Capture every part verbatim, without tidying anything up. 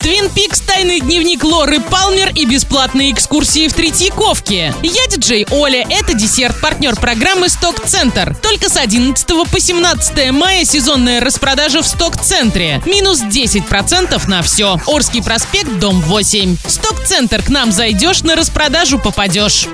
Твин Пикс, тайный дневник Лоры Палмер и бесплатные экскурсии в Третьяковке. Я диджей Оля, это десерт, партнер программы «Сток-центр». Только с одиннадцатого по семнадцатое мая сезонная распродажа в Сток-центре. Минус десять процентов на все. Орский проспект, дом восемь. Сток-центр, к нам зайдешь, на распродажу попадешь.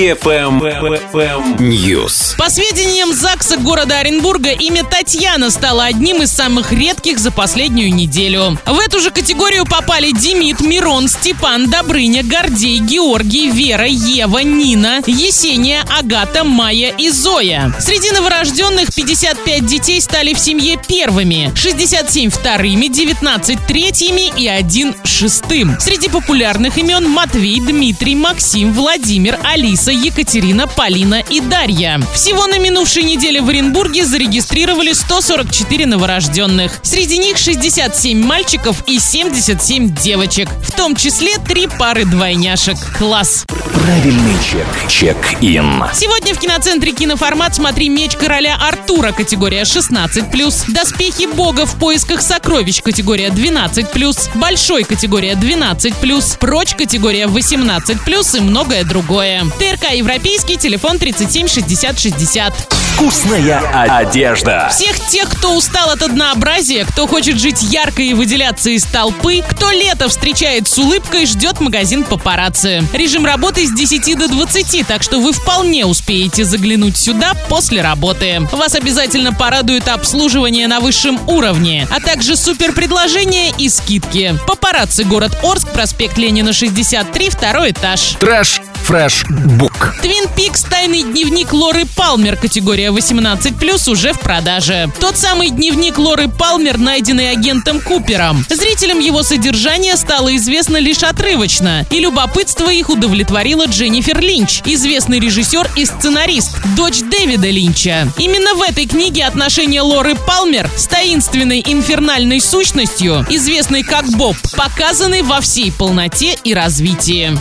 News. По сведениям ЗАГСа города Оренбурга, имя Татьяна стало одним из самых редких за последнюю неделю. В эту же категорию попали Демид, Мирон, Степан, Добрыня, Гордей, Георгий, Вера, Ева, Нина, Есения, Агата, Майя и Зоя. Среди новорожденных пятьдесят пять детей стали в семье первыми, шестьдесят семь вторыми, девятнадцать третьими и один шестым. Среди популярных имен Матвей, Дмитрий, Максим, Владимир, Алиса, Екатерина, Полина и Дарья. Всего на минувшей неделе в Оренбурге зарегистрировали сто сорок четыре новорожденных. Среди них шестьдесят семь мальчиков и семьдесят семь девочек, в том числе три пары двойняшек. Класс! Правильный чек. Чек-ин. Сегодня в киноцентре «Киноформат» смотри «Меч короля Артура» категория шестнадцать плюс, «Доспехи Бога в поисках сокровищ» категория двенадцать плюс, «Большой» категория двенадцать плюс, «Прочь» категория восемнадцать плюс и многое другое. ТРК «Европейский», телефон тридцать семь шестьдесят шестьдесят. Вкусная одежда. Всех тех, кто устал от однообразия, кто хочет жить ярко и выделяться из толпы, кто лето встречает с улыбкой, ждет магазин «Папарацци». Режим работы с десяти до двадцати, так что вы вполне успеете заглянуть сюда после работы. Вас обязательно порадует обслуживание на высшем уровне, а также суперпредложения и скидки. «Папарацци», город Орск, проспект Ленина, шестьдесят три, второй этаж. Трэш Фрэш Бук. Твин Пикс, тайный дневник Лоры Палмер, категория восемнадцать плюс, уже в продаже. Тот самый дневник Лоры Палмер, найденный агентом Купером. Зрителям его содержание стало известно лишь отрывочно, и любопытство их удовлетворила Дженнифер Линч, известный режиссер и сценарист, дочь Дэвида Линча. Именно в этой книге отношения Лоры Палмер с таинственной инфернальной сущностью, известной как Боб, показаны во всей полноте и развитии.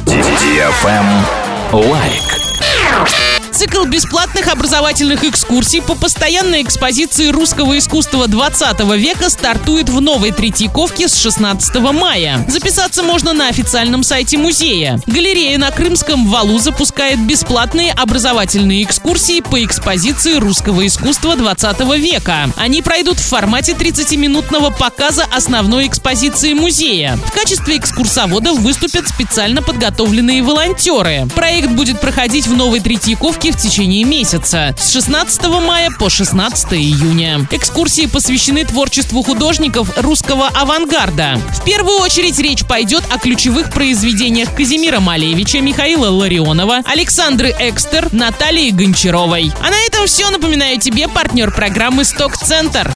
Лайк. Цикл бесплатных образовательных экскурсий по постоянной экспозиции русского искусства двадцатого века стартует в Новой Третьяковке с шестнадцатого мая. Записаться можно на официальном сайте музея. Галерея на Крымском валу запускает бесплатные образовательные экскурсии по экспозиции русского искусства двадцатого века. Они пройдут в формате тридцатиминутного показа основной экспозиции музея. В качестве экскурсоводов выступят специально подготовленные волонтеры. Проект будет проходить в Новой Третьяковке в течение месяца, с шестнадцатого мая по шестнадцатое июня. Экскурсии посвящены творчеству художников русского авангарда. В первую очередь речь пойдет о ключевых произведениях Казимира Малевича, Михаила Ларионова, Александры Экстер, Натальи Гончаровой. А на этом все. Напоминаю тебе, партнер программы «Сток-центр».